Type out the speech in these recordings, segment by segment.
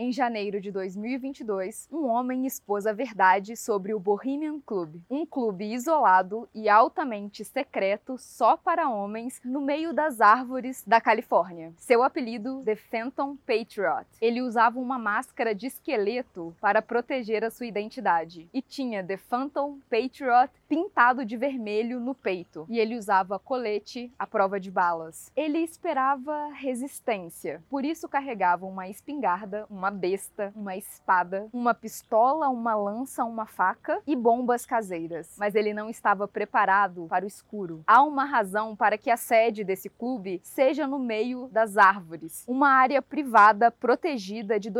Em janeiro de 2022, um homem expôs a verdade sobre o Bohemian Club, um clube isolado e altamente secreto só para homens no meio das árvores da Califórnia. Seu apelido, The Phantom Patriot. Ele usava uma máscara de esqueleto para proteger a sua identidade e tinha The Phantom Patriot pintado de vermelho no peito, e ele usava colete à prova de balas. Ele esperava resistência, por isso carregava uma espingarda, uma besta, uma espada, uma pistola, uma lança, uma faca e bombas caseiras. Mas ele não estava preparado para o escuro. Há uma razão para que a sede desse clube seja no meio das árvores, uma área privada protegida de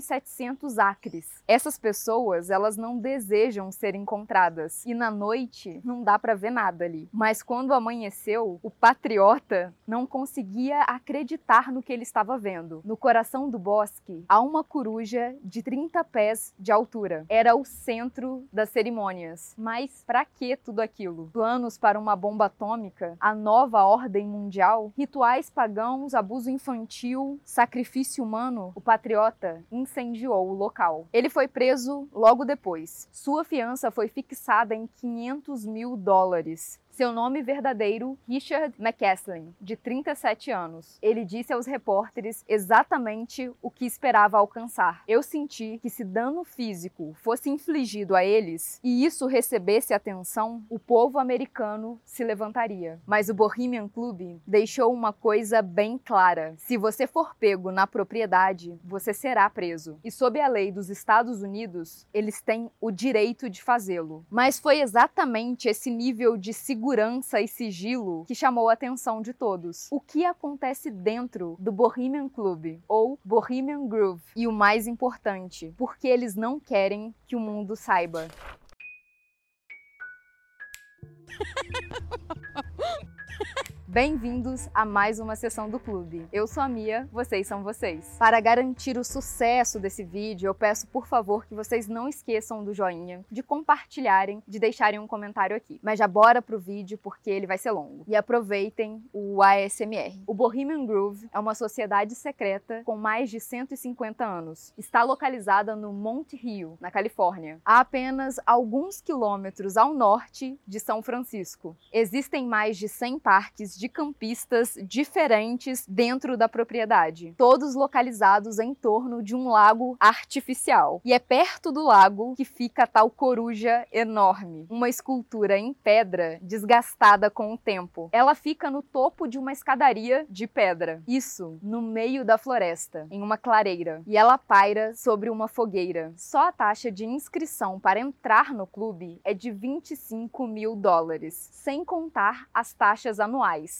2.700 acres. Essas pessoas, elas não desejam ser encontradas, e na noite não dá para ver nada ali. Mas quando amanheceu, o patriota não conseguia acreditar no que ele estava vendo. No coração do bosque, há uma coruja de 30 pés de altura. Era o centro das cerimônias. Mas para que tudo aquilo? Planos para uma bomba atômica, a nova ordem mundial, rituais pagãos, abuso infantil, sacrifício humano? O patriota incendiou o local. Ele foi preso logo depois. Sua fiança foi fixada em $500 mil. Seu nome verdadeiro, Richard McCaslin, de 37 anos. Ele disse aos repórteres exatamente o que esperava alcançar. Eu senti que se dano físico fosse infligido a eles e isso recebesse atenção, o povo americano se levantaria. Mas o Bohemian Club deixou uma coisa bem clara. Se você for pego na propriedade, você será preso. E sob a lei dos Estados Unidos, eles têm o direito de fazê-lo. Mas foi exatamente esse nível de segurança e sigilo que chamou a atenção de todos. O que acontece dentro do Bohemian Club, ou Bohemian Groove? E o mais importante, porque eles não querem que o mundo saiba. Bem-vindos a mais uma sessão do clube. Eu sou a Mia, vocês são vocês. Para garantir o sucesso desse vídeo, eu peço por favor que vocês não esqueçam do joinha, de compartilharem, de deixarem um comentário aqui. Mas já bora pro vídeo porque ele vai ser longo. E aproveitem o ASMR. O Bohemian Groove é uma sociedade secreta com mais de 150 anos. Está localizada no Monte Rio, na Califórnia, a apenas alguns quilômetros ao norte de São Francisco. Existem mais de 100 parques de campistas diferentes dentro da propriedade, todos localizados em torno de um lago artificial. E é perto do lago que fica a tal coruja enorme, uma escultura em pedra desgastada com o tempo. Ela fica no topo de uma escadaria de pedra, isso no meio da floresta, em uma clareira, e ela paira sobre uma fogueira. Só a taxa de inscrição para entrar no clube é de $25 mil, sem contar as taxas anuais.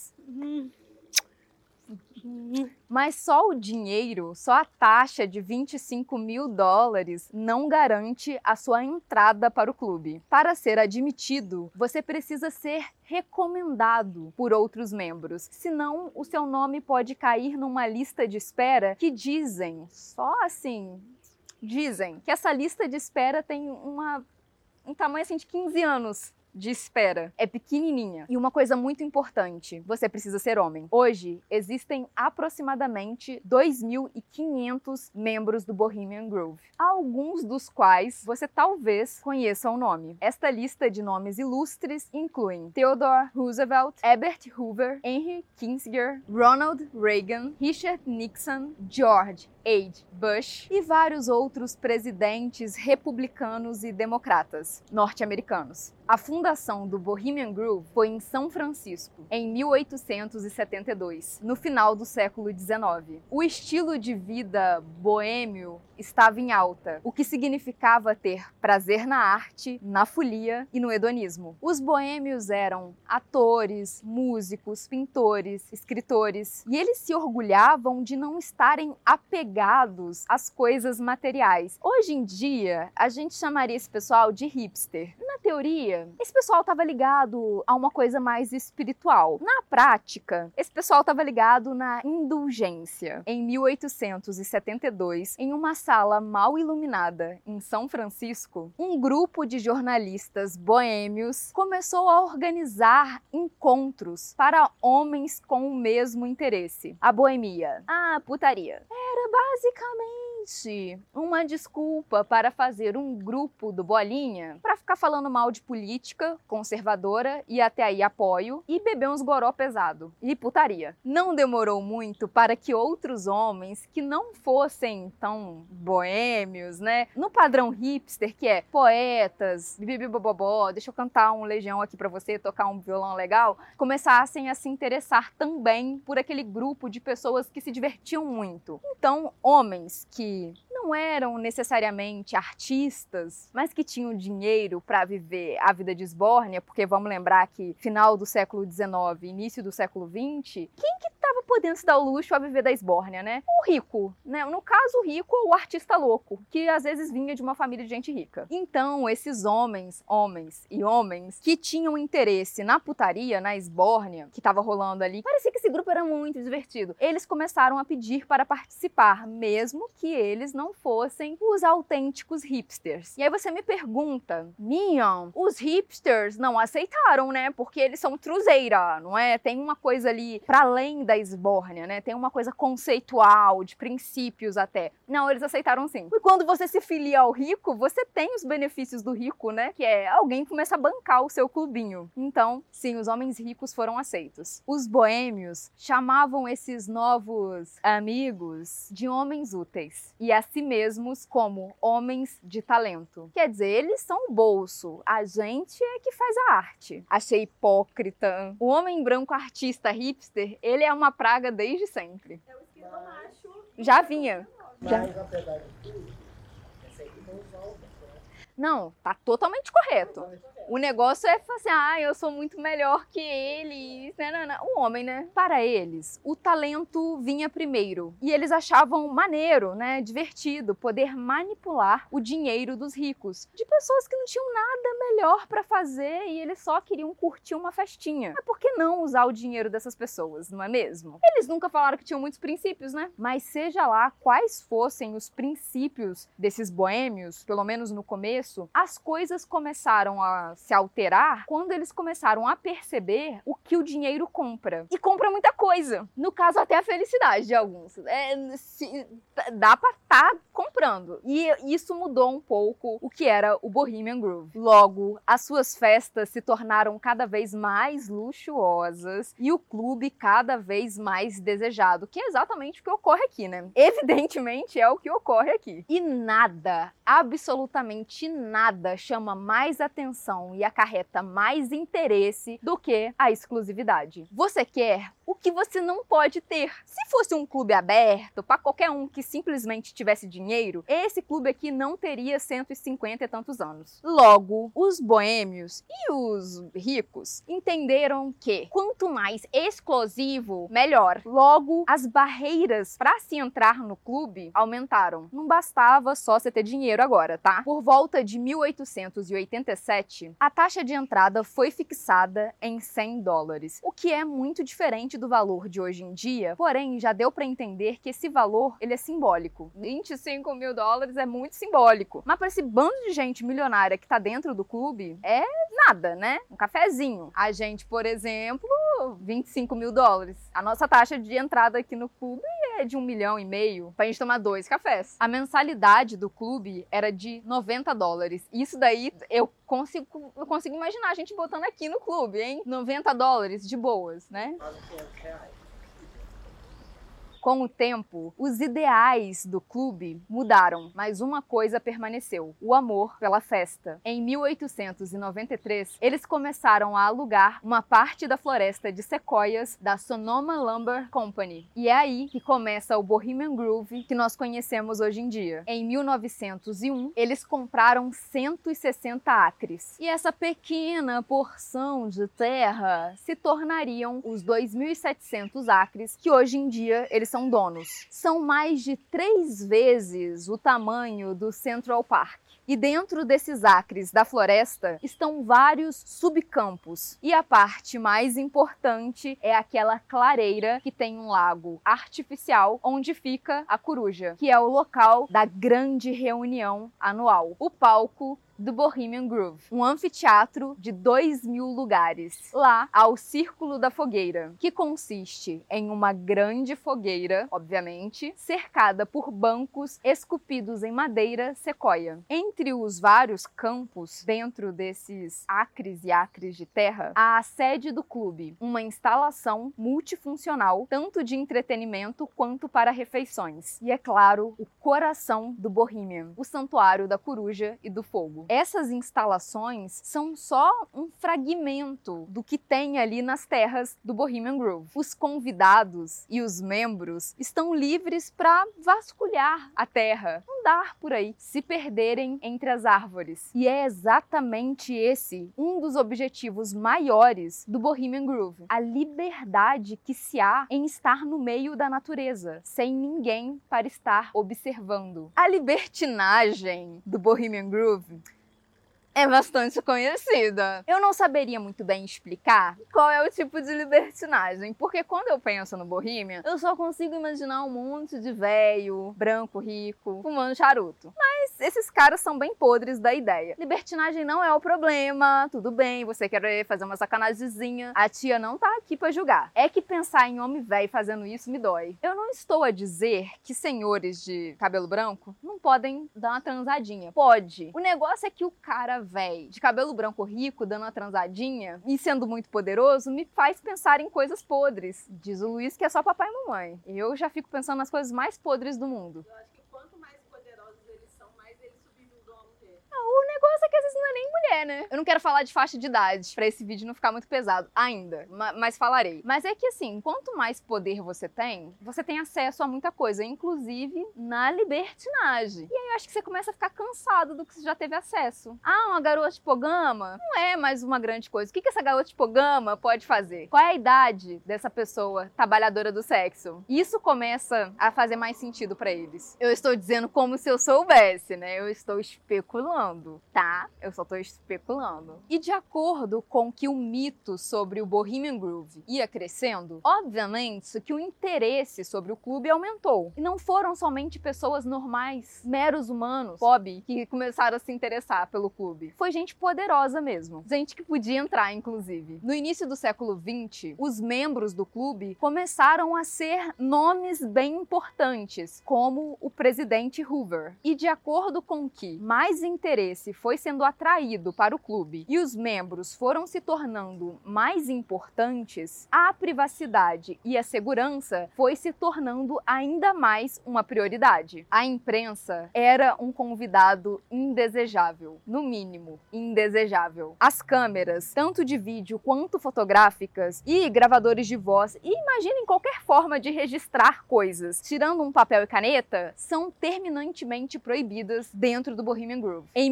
Mas só o dinheiro, só a taxa de $25 mil não garante a sua entrada para o clube. Para ser admitido, você precisa ser recomendado por outros membros, senão o seu nome pode cair numa lista de espera que dizem, só assim, dizem que essa lista de espera tem um tamanho assim de 15 anos. De espera. É pequenininha. E uma coisa muito importante, você precisa ser homem. Hoje, existem aproximadamente 2.500 membros do Bohemian Groove, alguns dos quais você talvez conheça o nome. Esta lista de nomes ilustres incluem Theodore Roosevelt, Herbert Hoover, Henry Kissinger, Ronald Reagan, Richard Nixon, George H. Bush e vários outros presidentes republicanos e democratas norte-americanos. A fundação do Bohemian Groove foi em São Francisco, em 1872, no final do século XIX. O estilo de vida boêmio estava em alta, o que significava ter prazer na arte, na folia e no hedonismo. Os boêmios eram atores, músicos, pintores, escritores, e eles se orgulhavam de não estarem apegados às coisas materiais. Hoje em dia, a gente chamaria esse pessoal de hipster. Na teoria, esse pessoal estava ligado a uma coisa mais espiritual. Na prática, esse pessoal estava ligado na indulgência. Em 1872, em uma sala mal iluminada em São Francisco, um grupo de jornalistas boêmios começou a organizar encontros para homens com o mesmo interesse. A boemia, a putaria, era basicamente simplesmente uma desculpa para fazer um grupo do Bolinha para ficar falando mal de política conservadora e até aí apoio e beber uns goró pesado e putaria. Não demorou muito para que outros homens que não fossem tão boêmios, né, no padrão hipster, que é poetas, bibibobobó, deixa eu cantar um Legião aqui para você, tocar um violão legal, começassem a se interessar também por aquele grupo de pessoas que se divertiam muito. Então, homens que não eram necessariamente artistas, mas que tinham dinheiro para viver a vida de esbórnia, porque vamos lembrar que final do século XIX, início do século XX, quem que estava podendo se dar o luxo a viver da esbórnia, né? O rico, né? No caso, o rico ou o artista louco, que às vezes vinha de uma família de gente rica. Então, esses homens que tinham interesse na putaria, na esbórnia, que estava rolando ali, parecia que esse grupo era muito divertido. Eles começaram a pedir para participar, mesmo que eles não fossem os autênticos hipsters. E aí você me pergunta, Mion, os hipsters não aceitaram, né? Porque eles são truzeira, não é? Tem uma coisa ali para além da esbórnia, né? Tem uma coisa conceitual, de princípios até. Não, eles aceitaram sim. E quando você se filia ao rico, você tem os benefícios do rico, né? Que é alguém começa a bancar o seu clubinho. Então, sim, os homens ricos foram aceitos. Os boêmios chamavam esses novos amigos de homens úteis e a si mesmos como homens de talento. Quer dizer, eles são o bolso, a gente é que faz a arte. Achei hipócrita. O homem branco artista hipster, ele é uma praga desde sempre. É o esquema macho. Já vinha. Já. Mas apesar de tudo, essa aí não volta. Não, tá totalmente correto. O negócio é assim, eu sou muito melhor que eles. Não. O homem, né? Para eles, o talento vinha primeiro. E eles achavam maneiro, né? Divertido, poder manipular o dinheiro dos ricos. De pessoas que não tinham nada melhor para fazer e eles só queriam curtir uma festinha. Mas por que não usar o dinheiro dessas pessoas, não é mesmo? Eles nunca falaram que tinham muitos princípios, né? Mas seja lá quais fossem os princípios desses boêmios, pelo menos no começo, as coisas começaram a se alterar quando eles começaram a perceber o que o dinheiro compra. E compra muita coisa. No caso, até a felicidade de alguns. Dá pra estar comprando. E isso mudou um pouco o que era o Bohemian Groove. Logo, as suas festas se tornaram cada vez mais luxuosas e o clube cada vez mais desejado, que é exatamente o que ocorre aqui, né? Evidentemente é o que ocorre aqui. E nada, absolutamente nada chama mais atenção e acarreta mais interesse do que a exclusividade. Você quer o que você não pode ter. Se fosse um clube aberto, para qualquer um que simplesmente tivesse dinheiro, esse clube aqui não teria 150 e tantos anos. Logo, os boêmios e os ricos entenderam que quanto mais exclusivo, melhor. Logo, as barreiras para se entrar no clube aumentaram. Não bastava só você ter dinheiro agora, tá? Por volta de 1887, a taxa de entrada foi fixada em $100, o que é muito diferente do valor de hoje em dia, porém já deu para entender que esse valor ele é simbólico. $25 mil é muito simbólico, mas para esse bando de gente milionária que tá dentro do clube é nada, né? Um cafezinho. A gente, por exemplo, $25 mil. A nossa taxa de entrada aqui no clube é de 1,5 milhão pra gente tomar 2 cafés. A mensalidade do clube era de $90. Isso daí eu consigo imaginar a gente botando aqui no clube, hein? $90 de boas, né? Quase R$500. Com o tempo, os ideais do clube mudaram, mas uma coisa permaneceu: o amor pela festa. Em 1893, eles começaram a alugar uma parte da floresta de sequoias da Sonoma Lumber Company. E é aí que começa o Bohemian Groove que nós conhecemos hoje em dia. Em 1901, eles compraram 160 acres. E essa pequena porção de terra se tornariam os 2.700 acres que hoje em dia eles são donos. São mais de 3 vezes o tamanho do Central Park. E dentro desses acres da floresta estão vários subcampos. E a parte mais importante é aquela clareira que tem um lago artificial onde fica a coruja, que é o local da grande reunião anual. O palco do Bohemian Grove, um anfiteatro de 2.000 lugares. Lá há o Círculo da Fogueira, que consiste em uma grande fogueira, obviamente, cercada por bancos esculpidos em madeira sequoia. Entre os vários campos dentro desses acres e acres de terra, há a sede do clube, uma instalação multifuncional, tanto de entretenimento quanto para refeições. E é claro, o coração do Bohemian, o Santuário da Coruja e do Fogo. Essas instalações são só um fragmento do que tem ali nas terras do Bohemian Grove. Os convidados e os membros estão livres para vasculhar a terra, andar por aí, se perderem entre as árvores. E é exatamente esse um dos objetivos maiores do Bohemian Grove, a liberdade que se há em estar no meio da natureza, sem ninguém para estar observando. A libertinagem do Bohemian Grove é bastante conhecida. Eu não saberia muito bem explicar qual é o tipo de libertinagem, porque quando eu penso no Bohemian, eu só consigo imaginar um monte de velho, branco, rico, fumando charuto. Mas esses caras são bem podres da ideia. Libertinagem não é o problema, tudo bem, você quer fazer uma sacanagemzinha, a tia não tá aqui pra julgar. É que pensar em homem velho fazendo isso me dói. Eu não estou a dizer que senhores de cabelo branco não podem dar uma transadinha. Pode. O negócio é que o cara véi de cabelo branco rico dando uma transadinha e sendo muito poderoso me faz pensar em coisas podres. Diz o Luiz que é só papai e mamãe. Eu já fico pensando nas coisas mais podres do mundo. Eu acho que quanto mais poderosos eles são, mais eles subjugam a mulher. O negócio é que às vezes não é nem mulher, né? Eu não quero falar de faixa de idade pra esse vídeo não ficar muito pesado ainda, mas falarei. Mas é que assim, quanto mais poder você tem acesso a muita coisa, inclusive na libertinagem. E aí eu acho que você começa a ficar cansado do que você já teve acesso. Ah, uma garota hipogama? Não é mais uma grande coisa. O que essa garota hipogama pode fazer? Qual é a idade dessa pessoa trabalhadora do sexo? Isso começa a fazer mais sentido pra eles. Eu estou dizendo como se eu soubesse, né? Eu estou especulando, tá? Eu só tô especulando. E de acordo com que o mito sobre o Bohemian Grove ia crescendo, obviamente que o interesse sobre o clube aumentou. E não foram somente pessoas normais, meros humanos, pobre, que começaram a se interessar pelo clube. Foi gente poderosa mesmo. Gente que podia entrar, inclusive. No início do século XX, os membros do clube começaram a ser nomes bem importantes, como o presidente Hoover. E de acordo com que mais interesse foi sendo atraído para o clube e os membros foram se tornando mais importantes, a privacidade e a segurança foi se tornando ainda mais uma prioridade. A imprensa era um convidado indesejável, no mínimo, indesejável. As câmeras, tanto de vídeo quanto fotográficas e gravadores de voz, e imaginem qualquer forma de registrar coisas, tirando um papel e caneta, são terminantemente proibidas dentro do Bohemian Grove. Em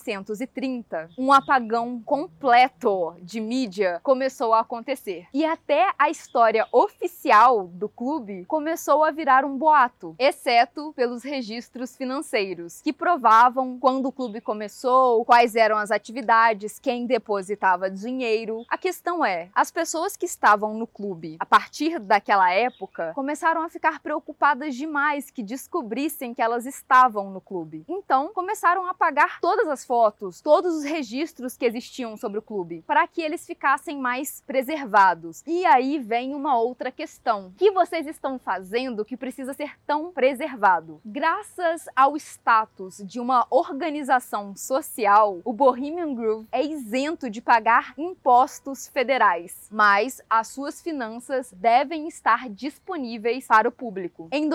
1930, um apagão completo de mídia começou a acontecer. E até a história oficial do clube começou a virar um boato, exceto pelos registros financeiros, que provavam quando o clube começou, quais eram as atividades, quem depositava dinheiro. A questão é, as pessoas que estavam no clube a partir daquela época começaram a ficar preocupadas demais que descobrissem que elas estavam no clube. Então, começaram a apagar todas as fotos, todos os registros que existiam sobre o clube, para que eles ficassem mais preservados. E aí vem uma outra questão. O que vocês estão fazendo que precisa ser tão preservado? Graças ao status de uma organização social, o Bohemian Grove é isento de pagar impostos federais, mas as suas finanças devem estar disponíveis para o público. Em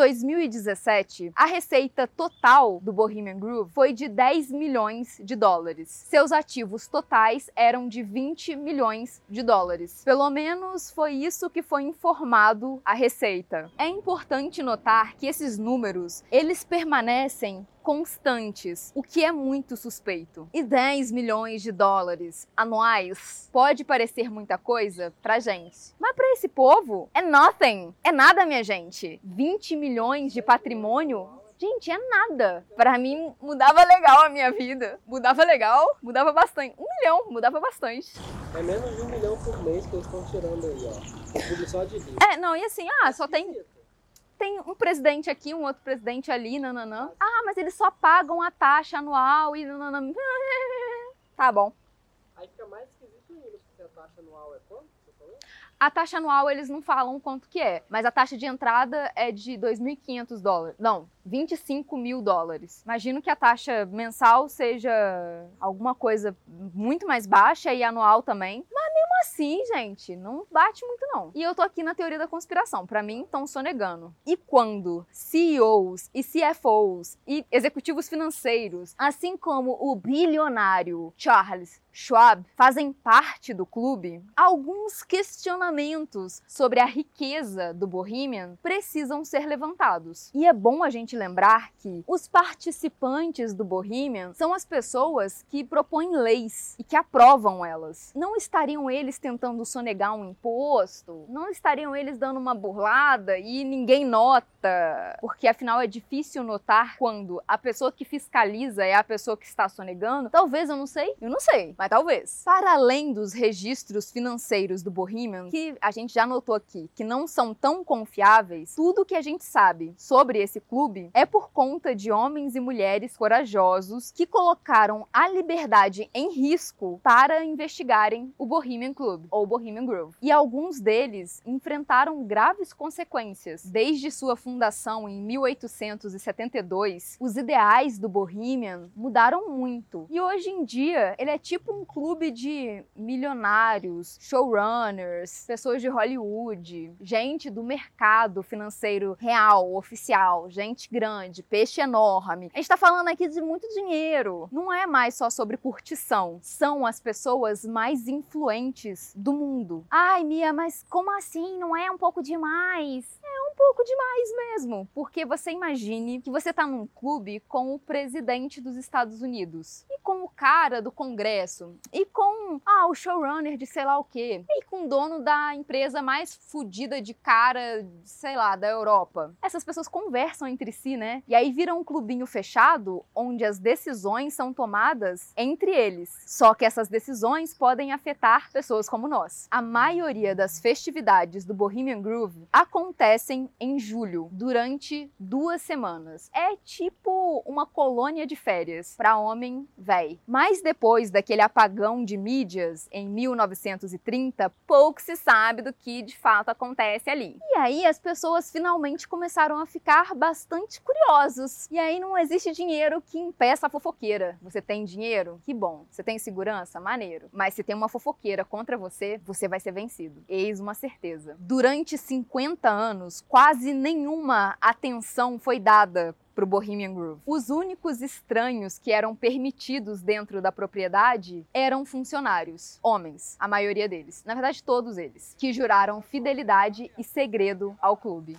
2017, a receita total do Bohemian Grove foi de 10 milhões de dólares. Seus ativos totais eram de 20 milhões de dólares. Pelo menos foi isso que foi informado a Receita. É importante notar que esses números, eles permanecem constantes, o que é muito suspeito. E 10 milhões de dólares anuais pode parecer muita coisa pra gente, mas pra esse povo é nothing, é nada, minha gente. 20 milhões de patrimônio, gente, é nada. Pra mim, mudava legal a minha vida. Mudava legal, mudava bastante. 1 milhão, mudava bastante. É menos de 1 milhão por mês que eles estão tirando aí, ó. Tudo só de rico. Não, e assim, só tem um presidente aqui, um outro presidente ali, nananã. Mas eles só pagam a taxa anual e nananã. Tá bom. Aí fica mais esquisito ainda, porque a taxa anual é quanto? Você falou? A taxa anual eles não falam quanto que é, mas a taxa de entrada é de $2.500. Não, $25 mil. Imagino que a taxa mensal seja alguma coisa muito mais baixa e anual também. Mas mesmo assim, gente, não bate muito não. E eu tô aqui na teoria da conspiração. Pra mim, estão sonegando. E quando CEOs e CFOs e executivos financeiros, assim como o bilionário Charles Schwab, fazem parte do clube, alguns questionamentos sobre a riqueza do Bohemian precisam ser levantados. E é bom a gente lembrar que os participantes do Bohemian são as pessoas que propõem leis e que aprovam elas. Não estariam eles tentando sonegar um imposto? Não estariam eles dando uma burlada e ninguém nota? Porque afinal é difícil notar quando a pessoa que fiscaliza é a pessoa que está sonegando? Talvez, eu não sei, mas talvez. Para além dos registros financeiros do Bohemian, que a gente já notou aqui, que não são tão confiáveis, tudo que a gente sabe sobre esse clube é por conta de homens e mulheres corajosos que colocaram a liberdade em risco para investigarem o Bohemian Club, ou Bohemian Grove. E alguns deles enfrentaram graves consequências. Desde sua fundação em 1872, os ideais do Bohemian mudaram muito. E hoje em dia, ele é tipo um clube de milionários, showrunners, pessoas de Hollywood, gente do mercado financeiro real, oficial, gente grande, peixe enorme. A gente tá falando aqui de muito dinheiro. Não é mais só sobre curtição. São as pessoas mais influentes do mundo. Ai, Mia, mas como assim? Não é um pouco demais? É um pouco demais mesmo, porque você imagine que você tá num clube com o presidente dos Estados Unidos, e com o cara do Congresso, e com o showrunner de sei lá o quê, e com o dono da empresa mais fodida de cara, sei lá, da Europa. Essas pessoas conversam entre si, né? E aí vira um clubinho fechado, onde as decisões são tomadas entre eles. Só que essas decisões podem afetar pessoas como nós. A maioria das festividades do Bohemian Grove acontecem em julho, durante 2 semanas. É tipo uma colônia de férias para homem véi. Mas depois daquele apagão de mídias em 1930, pouco se sabe do que de fato acontece ali. E aí as pessoas finalmente começaram a ficar bastante curiosos. E aí não existe dinheiro que impeça a fofoqueira. Você tem dinheiro? Que bom. Você tem segurança? Maneiro. Mas se tem uma fofoqueira contra você, você vai ser vencido. Eis uma certeza. Durante 50 anos, quase nenhuma atenção foi dada pro Bohemian Grove. Os únicos estranhos que eram permitidos dentro da propriedade eram funcionários, homens, a maioria deles, na verdade todos eles, que juraram fidelidade e segredo ao clube.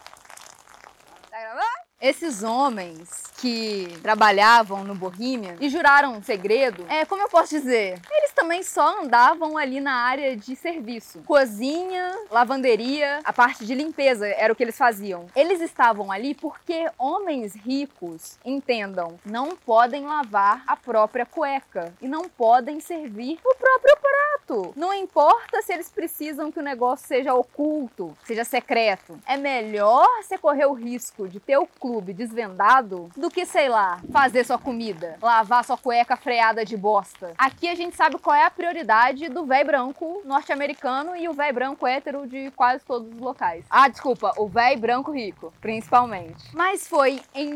Tá gravando? Esses homens que trabalhavam no Bohemian e juraram um segredo, como eu posso dizer, eles também só andavam ali na área de serviço. Cozinha, lavanderia, a parte de limpeza era o que eles faziam. Eles estavam ali porque homens ricos, entendam, não podem lavar a própria cueca e não podem servir o próprio prato. Não importa se eles precisam que o negócio seja oculto, seja secreto. É melhor você correr o risco de ter o clube desvendado do que, sei lá, fazer sua comida, lavar sua cueca freada de bosta. Aqui a gente sabe qual é a prioridade do véi branco norte-americano e o véi branco hétero de quase todos os locais. Desculpa, o véi branco rico, principalmente. Mas foi em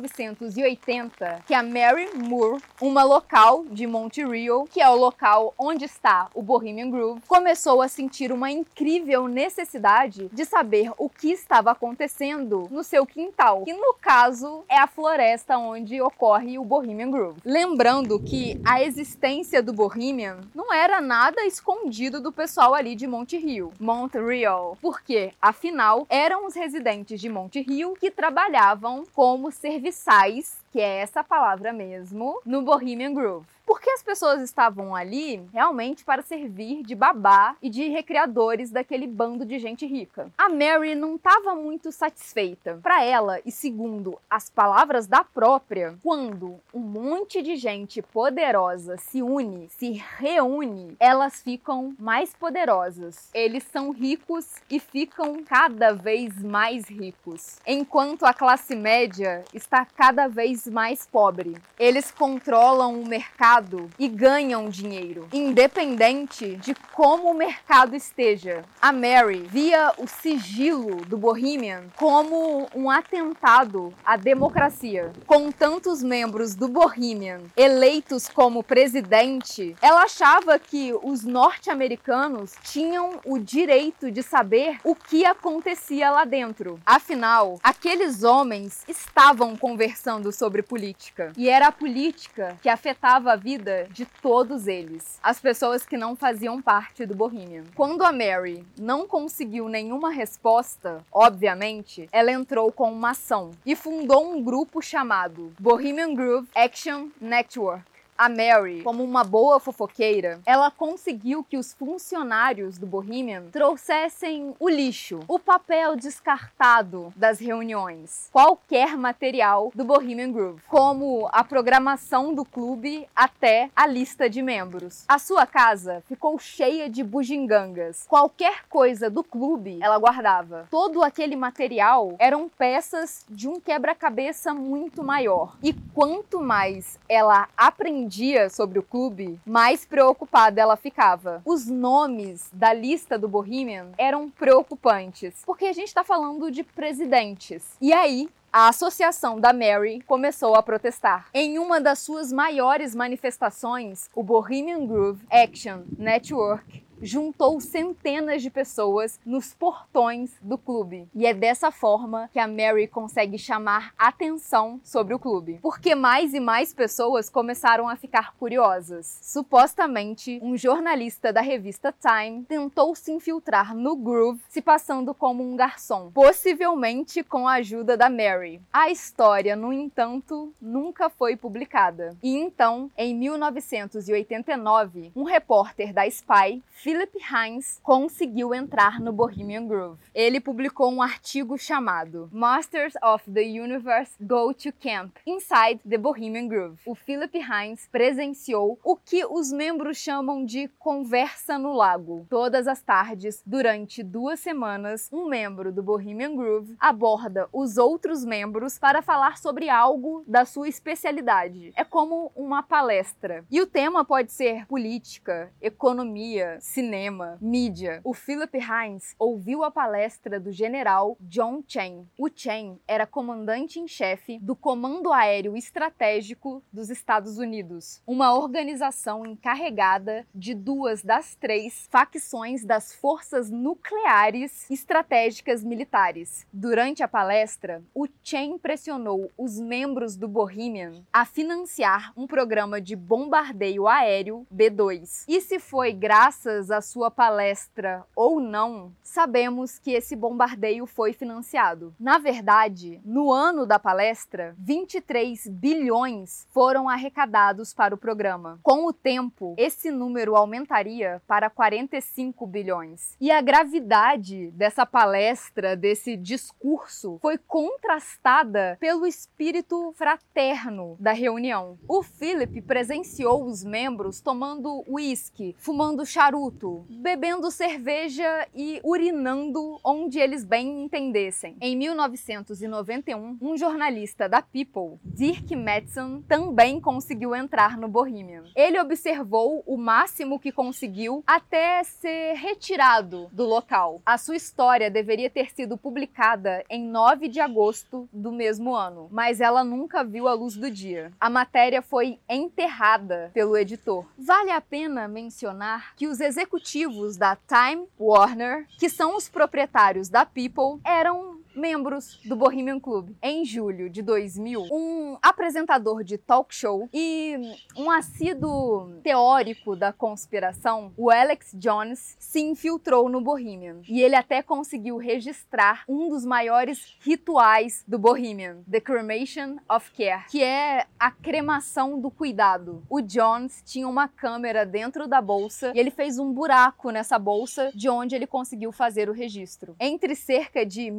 1980 que a Mary Moore, uma local de Montreal, que é o local onde está o Bohemian Grove, começou a sentir uma incrível necessidade de saber o que estava acontecendo no seu quintal, que no caso é a floresta onde ocorre o Bohemian Grove. Lembrando que a existência do Bohemian não era nada escondido do pessoal ali de Montreal, porque afinal eram os residentes de Montreal que trabalhavam como serviçais, que é essa palavra mesmo, no Bohemian Grove. Porque as pessoas estavam ali realmente para servir de babá e de recreadores daquele bando de gente rica. A Mary não estava muito satisfeita. Para ela, e segundo as palavras da própria, quando um monte de gente poderosa se reúne, elas ficam mais poderosas. Eles são ricos e ficam cada vez mais ricos. Enquanto a classe média está cada vez país mais pobre. Eles controlam o mercado e ganham dinheiro, independente de como o mercado esteja. A Mary via o sigilo do Bohemian como um atentado à democracia. Com tantos membros do Bohemian eleitos como presidente, ela achava que os norte-americanos tinham o direito de saber o que acontecia lá dentro. Afinal, aqueles homens estavam conversando sobre política, e era a política que afetava a vida de todos eles, as pessoas que não faziam parte do Bohemian. Quando a Mary não conseguiu nenhuma resposta, obviamente, ela entrou com uma ação e fundou um grupo chamado Bohemian Grove Action Network. A Mary, como uma boa fofoqueira, ela conseguiu que os funcionários do Bohemian trouxessem o lixo, o papel descartado das reuniões, qualquer material do Bohemian Grove, como a programação do clube até a lista de membros. A sua casa ficou cheia de bugigangas. Qualquer coisa do clube ela guardava. Todo aquele material eram peças de um quebra-cabeça muito maior. E quanto mais ela aprendia sobre o clube, mais preocupada ela ficava. Os nomes da lista do Bohemian eram preocupantes, porque a gente está falando de presidentes. E aí, a associação da Mary começou a protestar. Em uma das suas maiores manifestações, o Bohemian Grove Action Network juntou centenas de pessoas nos portões do clube. E é dessa forma que a Mary consegue chamar atenção sobre o clube. Porque mais e mais pessoas começaram a ficar curiosas. Supostamente, um jornalista da revista Time tentou se infiltrar no Groove, se passando como um garçom, possivelmente com a ajuda da Mary. A história, no entanto, nunca foi publicada. E então, em 1989, um repórter da Spy, Philip Hines, conseguiu entrar no Bohemian Grove. Ele publicou um artigo chamado Masters of the Universe Go to Camp Inside the Bohemian Grove. O Philip Hines presenciou o que os membros chamam de conversa no lago. Todas as tardes, durante 2 semanas, um membro do Bohemian Grove aborda os outros membros para falar sobre algo da sua especialidade. É como uma palestra. E o tema pode ser política, economia, cinema, mídia. O Philip Hines ouviu a palestra do general John Chen. O Chen era comandante em chefe do Comando Aéreo Estratégico dos Estados Unidos, uma organização encarregada de 2 das 3 facções das forças nucleares estratégicas militares. Durante a palestra, o Chen pressionou os membros do Bohemian a financiar um programa de bombardeio aéreo B-2. E se foi graças à sua palestra ou não, sabemos que esse bombardeio foi financiado. Na verdade, no ano da palestra, 23 bilhões foram arrecadados para o programa. Com o tempo, esse número aumentaria para 45 bilhões. E a gravidade dessa palestra, desse discurso, foi contrastada pelo espírito fraterno da reunião. O Philip presenciou os membros tomando uísque, fumando charuto, bebendo cerveja e urinando onde eles bem entendessem. Em 1991, um jornalista da People, Dirk Matheson, também conseguiu entrar no Bohemian. Ele observou o máximo que conseguiu até ser retirado do local. A sua história deveria ter sido publicada em 9 de agosto do mesmo ano, mas ela nunca viu a luz do dia. A matéria foi enterrada pelo editor. Vale a pena mencionar que os executivos da Time Warner, que são os proprietários da People, eram membros do Bohemian Club. Em julho de 2000, um apresentador de talk show e um assíduo teórico da conspiração, o Alex Jones, se infiltrou no Bohemian. E ele até conseguiu registrar um dos maiores rituais do Bohemian, The Cremation of Care, que é a cremação do cuidado. O Jones tinha uma câmera dentro da bolsa e ele fez um buraco nessa bolsa de onde ele conseguiu fazer o registro. Entre cerca de 1.500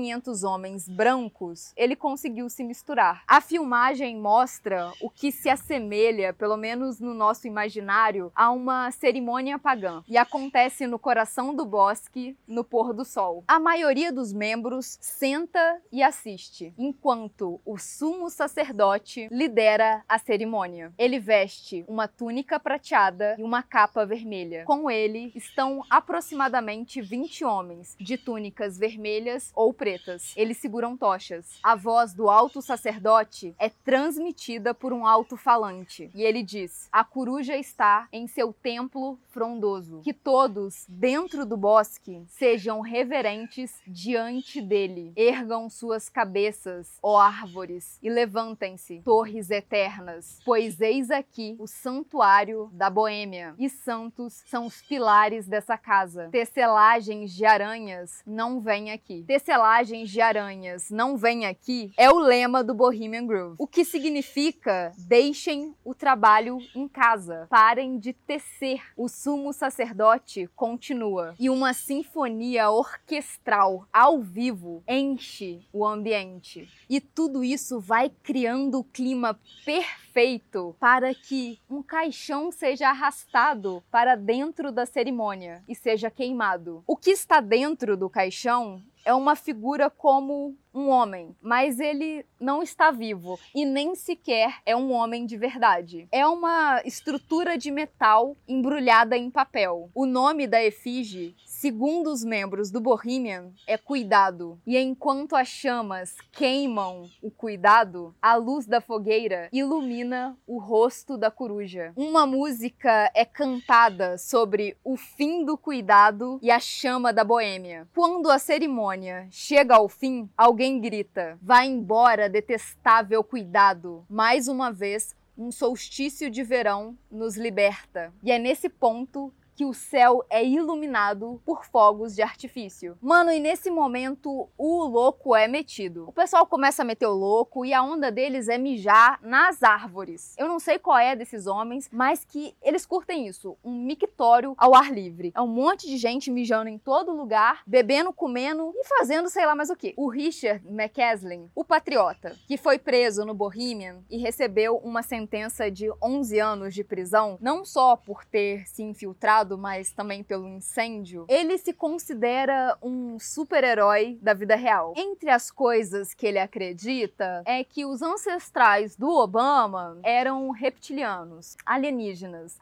500 homens brancos, ele conseguiu se misturar. A filmagem mostra o que se assemelha, pelo menos no nosso imaginário, a uma cerimônia pagã, e acontece no coração do bosque, no pôr do sol. A maioria dos membros senta e assiste, enquanto o sumo sacerdote lidera a cerimônia. Ele veste uma túnica prateada e uma capa vermelha. Com ele estão aproximadamente 20 homens, de túnicas vermelhas ou pretas. Eles seguram tochas. A voz do alto sacerdote é transmitida por um alto-falante, e ele diz: a coruja está em seu templo frondoso. Que todos, dentro do bosque, sejam reverentes diante dele. Ergam suas cabeças, ó árvores, e levantem-se, torres eternas, pois eis aqui o santuário da Boêmia, e santos são os pilares dessa casa. Tecelagens de aranhas não vêm aqui. Tecelagens de aranhas não vêm aqui é o lema do Bohemian Groove, o que significa: deixem o trabalho em casa, parem de tecer. O sumo sacerdote continua, e uma sinfonia orquestral ao vivo enche o ambiente. E tudo isso vai criando o clima perfeito para que um caixão seja arrastado para dentro da cerimônia e seja queimado. O que está dentro do caixão é uma figura como um homem, mas ele não está vivo e nem sequer é um homem de verdade. É uma estrutura de metal embrulhada em papel. O nome da efígie, segundo os membros do Bohemian, é Cuidado. E enquanto as chamas queimam o cuidado, a luz da fogueira ilumina o rosto da coruja. Uma música é cantada sobre o fim do cuidado e a chama da boêmia. Quando a cerimônia chega ao fim, alguém grita: vai embora, detestável cuidado. Mais uma vez, um solstício de verão nos liberta. E é nesse ponto que o céu é iluminado por fogos de artifício. Mano, e nesse momento o louco é metido. O pessoal começa a meter o louco e a onda deles é mijar nas árvores. Eu não sei qual é desses homens, mas que eles curtem isso, um mictório ao ar livre. É um monte de gente mijando em todo lugar, bebendo, comendo e fazendo sei lá mais o que. O Richard McCaslin, o patriota, que foi preso no Bohemian e recebeu uma sentença de 11 anos de prisão, não só por ter se infiltrado, mas também pelo incêndio, ele se considera um super-herói da vida real. Entre as coisas que ele acredita é que os ancestrais do Obama eram reptilianos, alienígenas.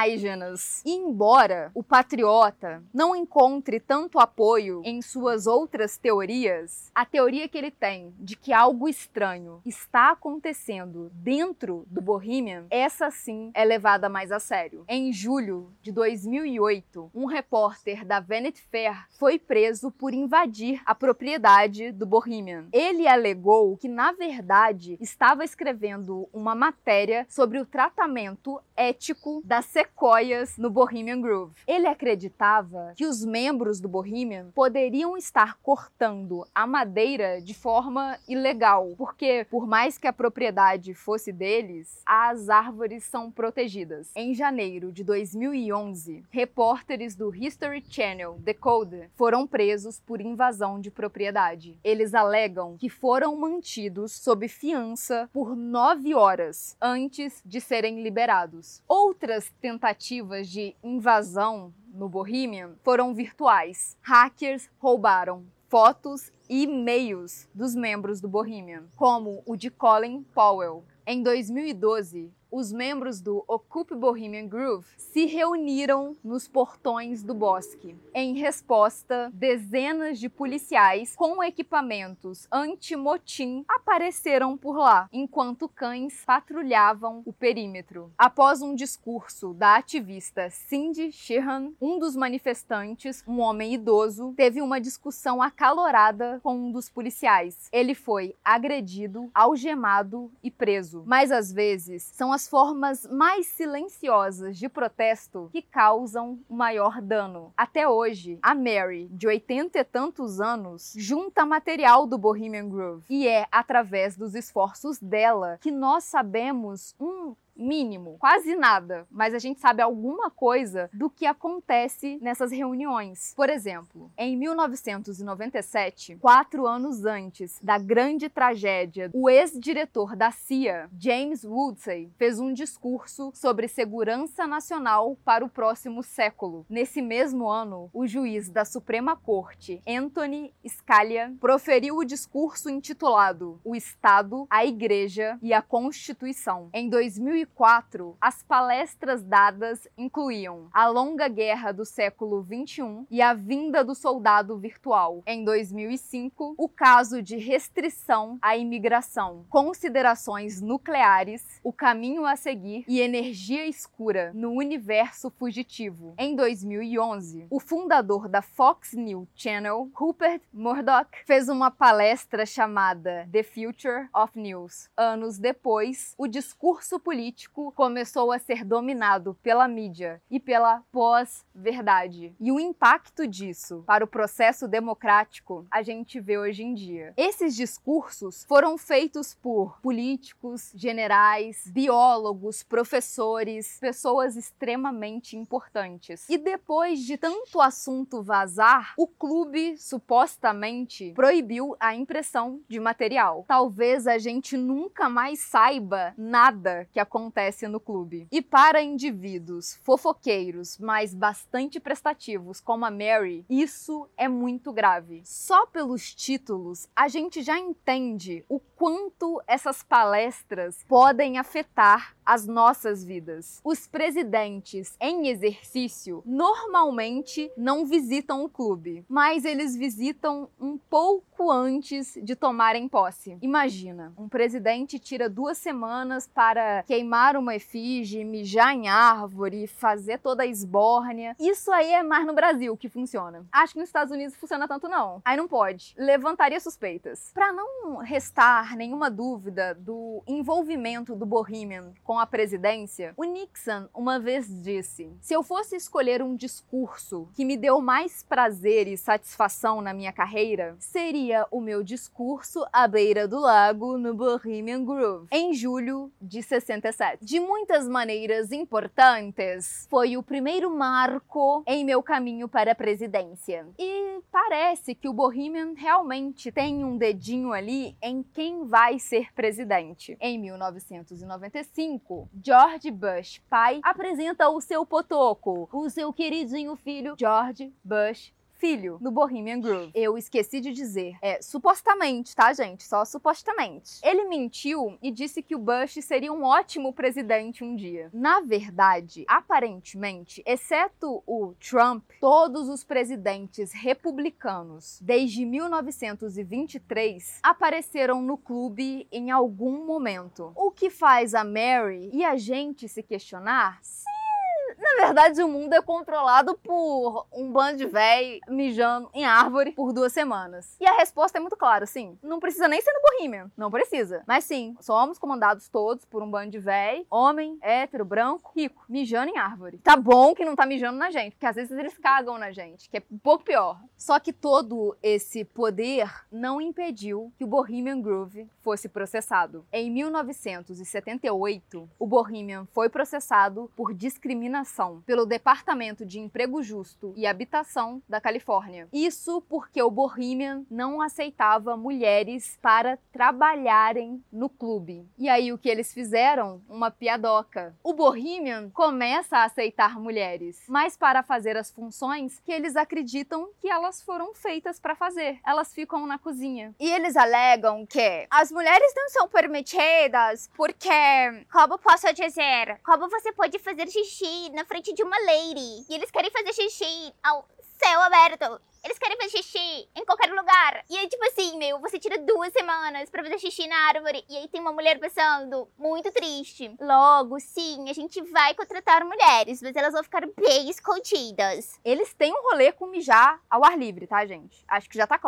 E embora o patriota não encontre tanto apoio em suas outras teorias, a teoria que ele tem de que algo estranho está acontecendo dentro do Bohemian, essa sim é levada mais a sério. Em julho de 2008, um repórter da Vanity Fair foi preso por invadir a propriedade do Bohemian. Ele alegou que, na verdade, estava escrevendo uma matéria sobre o tratamento ético das sequoias no Bohemian Groove. Ele acreditava que os membros do Bohemian poderiam estar cortando a madeira de forma ilegal, porque, por mais que a propriedade fosse deles, as árvores são protegidas. Em janeiro de 2011, repórteres do History Channel Decoded foram presos por invasão de propriedade. Eles alegam que foram mantidos sob fiança por 9 horas antes de serem liberados. Outras tentativas de invasão no Bohemian foram virtuais. Hackers roubaram fotos e e-mails dos membros do Bohemian, como o de Colin Powell. Em 2012, os membros do Occupy Bohemian Groove se reuniram nos portões do bosque. Em resposta, dezenas de policiais com equipamentos anti-motim apareceram por lá, enquanto cães patrulhavam o perímetro. Após um discurso da ativista Cindy Sheehan, um dos manifestantes, um homem idoso, teve uma discussão acalorada com um dos policiais. Ele foi agredido, algemado e preso. Mas às vezes são as formas mais silenciosas de protesto que causam o maior dano. Até hoje, a Mary, de 80 e tantos anos, junta material do Bohemian Groove. E é através dos esforços dela que nós sabemos um mínimo, quase nada, mas a gente sabe alguma coisa do que acontece nessas reuniões. Por exemplo, em 1997, 4 anos antes da grande tragédia, o ex-diretor da CIA, James Woolsey, fez um discurso sobre segurança nacional para o próximo século. Nesse mesmo ano, o juiz da Suprema Corte, Anthony Scalia, proferiu o discurso intitulado O Estado, a Igreja e a Constituição. Em 2004, as palestras dadas incluíam a longa guerra do século XXI e a vinda do soldado virtual. Em 2005, o caso de restrição à imigração, considerações nucleares, o caminho a seguir e energia escura no universo fugitivo. Em 2011, o fundador da Fox News Channel, Rupert Murdoch, fez uma palestra chamada The Future of News. Anos depois, o discurso político começou a ser dominado pela mídia e pela pós-verdade. E o impacto disso para o processo democrático a gente vê hoje em dia. Esses discursos foram feitos por políticos, generais, biólogos, professores, pessoas extremamente importantes. E depois de tanto assunto vazar, o clube supostamente proibiu a impressão de material. Talvez a gente nunca mais saiba nada que acontece no clube. E para indivíduos fofoqueiros, mas bastante prestativos, como a Mary, isso é muito grave. Só pelos títulos, a gente já entende o quanto essas palestras podem afetar as nossas vidas. Os presidentes em exercício normalmente não visitam o clube, mas eles visitam um pouco antes de tomarem posse. Imagina, um presidente tira 2 semanas para queimar uma efígie, mijar em árvore, fazer toda a esbórnia. Isso aí é mais no Brasil que funciona. Acho que nos Estados Unidos funciona tanto não. Aí não pode. Levantaria suspeitas. Para não restar nenhuma dúvida do envolvimento do Bohemian com a presidência, o Nixon uma vez disse: se eu fosse escolher um discurso que me deu mais prazer e satisfação na minha carreira, seria o meu discurso à beira do lago no Bohemian Grove, em julho de 67. De muitas maneiras importantes, foi o primeiro marco em meu caminho para a presidência. E parece que o Bohemian realmente tem um dedinho ali em quem vai ser presidente. Em 1995, George Bush, pai, apresenta o seu potoco, o seu queridinho filho, George Bush Filho, no Bohemian Grove. Eu esqueci de dizer. Supostamente, tá, gente? Só supostamente. Ele mentiu e disse que o Bush seria um ótimo presidente um dia. Na verdade, aparentemente, exceto o Trump, todos os presidentes republicanos, desde 1923, apareceram no clube em algum momento. O que faz a Mary e a gente se questionar se na verdade, o mundo é controlado por um bando de véi mijando em árvore por 2 semanas. E a resposta é muito clara, sim. Não precisa nem ser no Bohemian. Não precisa. Mas sim, somos comandados todos por um bando de véi, homem, hétero, branco, rico, mijando em árvore. Tá bom que não tá mijando na gente, porque às vezes eles cagam na gente, que é um pouco pior. Só que todo esse poder não impediu que o Bohemian Grove fosse processado. Em 1978, o Bohemian foi processado por discriminação pelo Departamento de Emprego Justo e Habitação da Califórnia. Isso porque o Bohemian não aceitava mulheres para trabalharem no clube. E aí o que eles fizeram? Uma piadoca. O Bohemian começa a aceitar mulheres, mas para fazer as funções que eles acreditam que elas foram feitas para fazer. Elas ficam na cozinha. E eles alegam que as mulheres não são permitidas porque, como posso dizer, como você pode fazer xixi na frente de uma lady. E eles querem fazer xixi ao céu aberto. Eles querem fazer xixi em qualquer lugar. E aí, tipo assim, você tira 2 semanas pra fazer xixi na árvore. E aí tem uma mulher passando. Muito triste. Logo, sim, a gente vai contratar mulheres, mas elas vão ficar bem escondidas. Eles têm um rolê com mijar ao ar livre, tá, gente? Acho que já tá claro.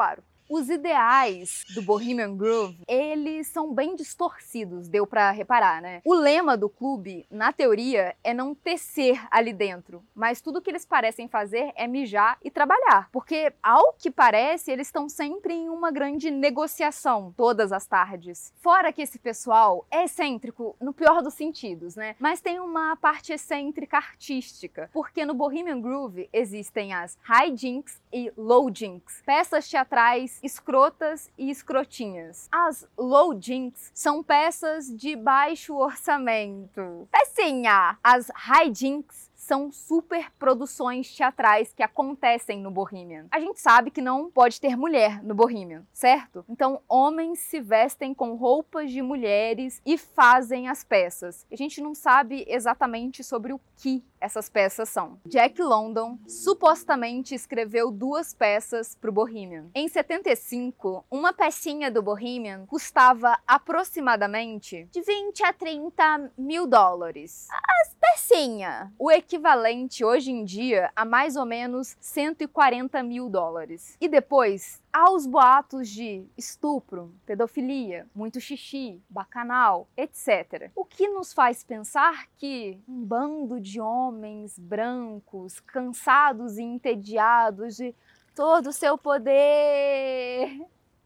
Os ideais do Bohemian Groove, eles são bem distorcidos, deu pra reparar, né? O lema do clube, na teoria, é não tecer ali dentro, mas tudo que eles parecem fazer é mijar e trabalhar, porque, ao que parece, eles estão sempre em uma grande negociação, todas as tardes. Fora que esse pessoal é excêntrico no pior dos sentidos, né? Mas tem uma parte excêntrica artística, porque no Bohemian Groove existem as high jinks e low jinks, peças teatrais escrotas e escrotinhas. As low jinks são peças de baixo orçamento. Pecinha! As high jinks são super produções teatrais que acontecem no Bohemian. A gente sabe que não pode ter mulher no Bohemian, certo? Então, homens se vestem com roupas de mulheres e fazem as peças. A gente não sabe exatamente sobre o que essas peças são. Jack London supostamente escreveu 2 peças para o Bohemian. Em 75, uma pecinha do Bohemian custava aproximadamente de 20 a 30 mil dólares. As pecinha, o equivalente hoje em dia a mais ou menos 140 mil dólares. E depois, aos boatos de estupro, pedofilia, muito xixi, bacanal, etc. O que nos faz pensar que um bando de homens brancos, cansados e entediados de todo o seu poder,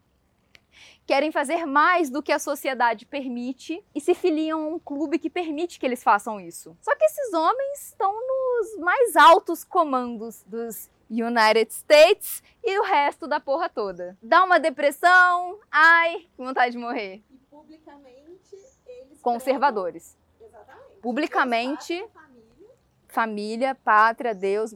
querem fazer mais do que a sociedade permite e se filiam a um clube que permite que eles façam isso. Só que esses homens estão nos mais altos comandos dos United States e o resto da porra toda. Dá uma depressão, ai, que vontade de morrer. E publicamente eles Conservadores. pregam... Exatamente. Publicamente, família, pátria, Deus,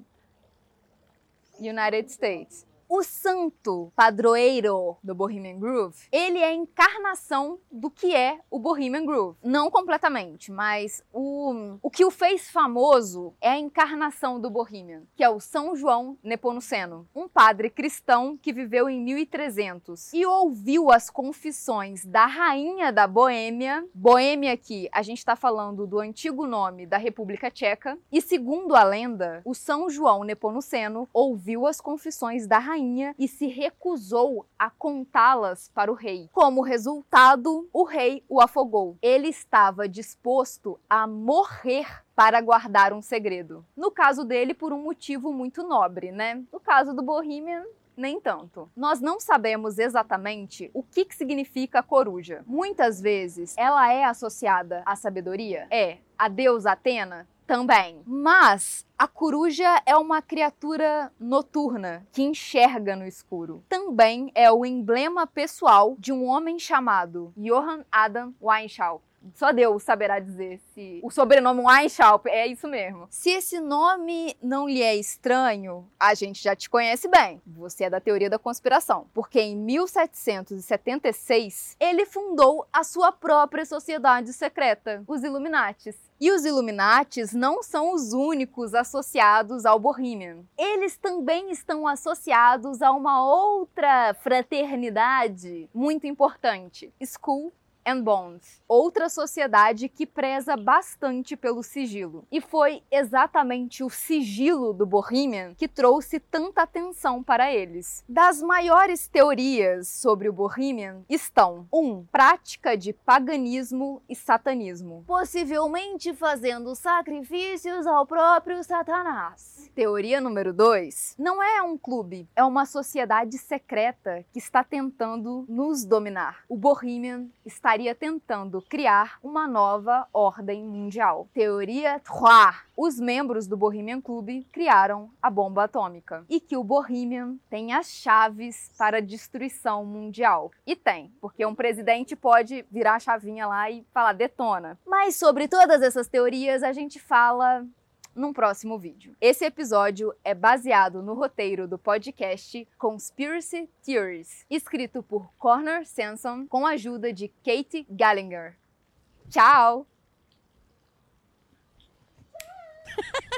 United States. O santo padroeiro do Bohemian Groove, ele é a encarnação do que é o Bohemian Groove. Não completamente, mas o que o fez famoso é a encarnação do Bohemian, que é o São João Nepomuceno, um padre cristão que viveu em 1300 e ouviu as confissões da rainha da Boêmia. Boêmia aqui, a gente está falando do antigo nome da República Tcheca, e segundo a lenda, o São João Nepomuceno ouviu as confissões da rainha e se recusou a contá-las para o rei. Como resultado, o rei o afogou. Ele estava disposto a morrer para guardar um segredo. No caso dele, por um motivo muito nobre, né? No caso do Bohemian, nem tanto. Nós não sabemos exatamente o que significa a coruja. Muitas vezes, ela é associada à sabedoria? É. A deusa Atena? Também. Mas a coruja é uma criatura noturna que enxerga no escuro. Também é o emblema pessoal de um homem chamado Johann Adam Weishaupt. Só Deus saberá dizer se o sobrenome Weishaupt é isso mesmo. Se esse nome não lhe é estranho, a gente já te conhece bem. Você é da teoria da conspiração. Porque em 1776, ele fundou a sua própria sociedade secreta, os Illuminatis. E os Illuminatis não são os únicos associados ao Bohemian. Eles também estão associados a uma outra fraternidade muito importante, Skull and Bones, outra sociedade que preza bastante pelo sigilo. E foi exatamente o sigilo do Bohemian que trouxe tanta atenção para eles. Das maiores teorias sobre o Bohemian estão: 1. Prática de paganismo e satanismo, possivelmente fazendo sacrifícios ao próprio Satanás. Teoria número 2. Não é um clube, é uma sociedade secreta que está tentando nos dominar. O Bohemian estaria tentando criar uma nova ordem mundial. Teoria 3. Os membros do Bohemian Club criaram a bomba atômica e que o Bohemian tem as chaves para a destruição mundial. E tem, porque um presidente pode virar a chavinha lá e falar detona. Mas sobre todas essas teorias a gente fala num próximo vídeo. Esse episódio é baseado no roteiro do podcast Conspiracy Theories, escrito por Connor Sansom com a ajuda de Kate Gallagher. Tchau!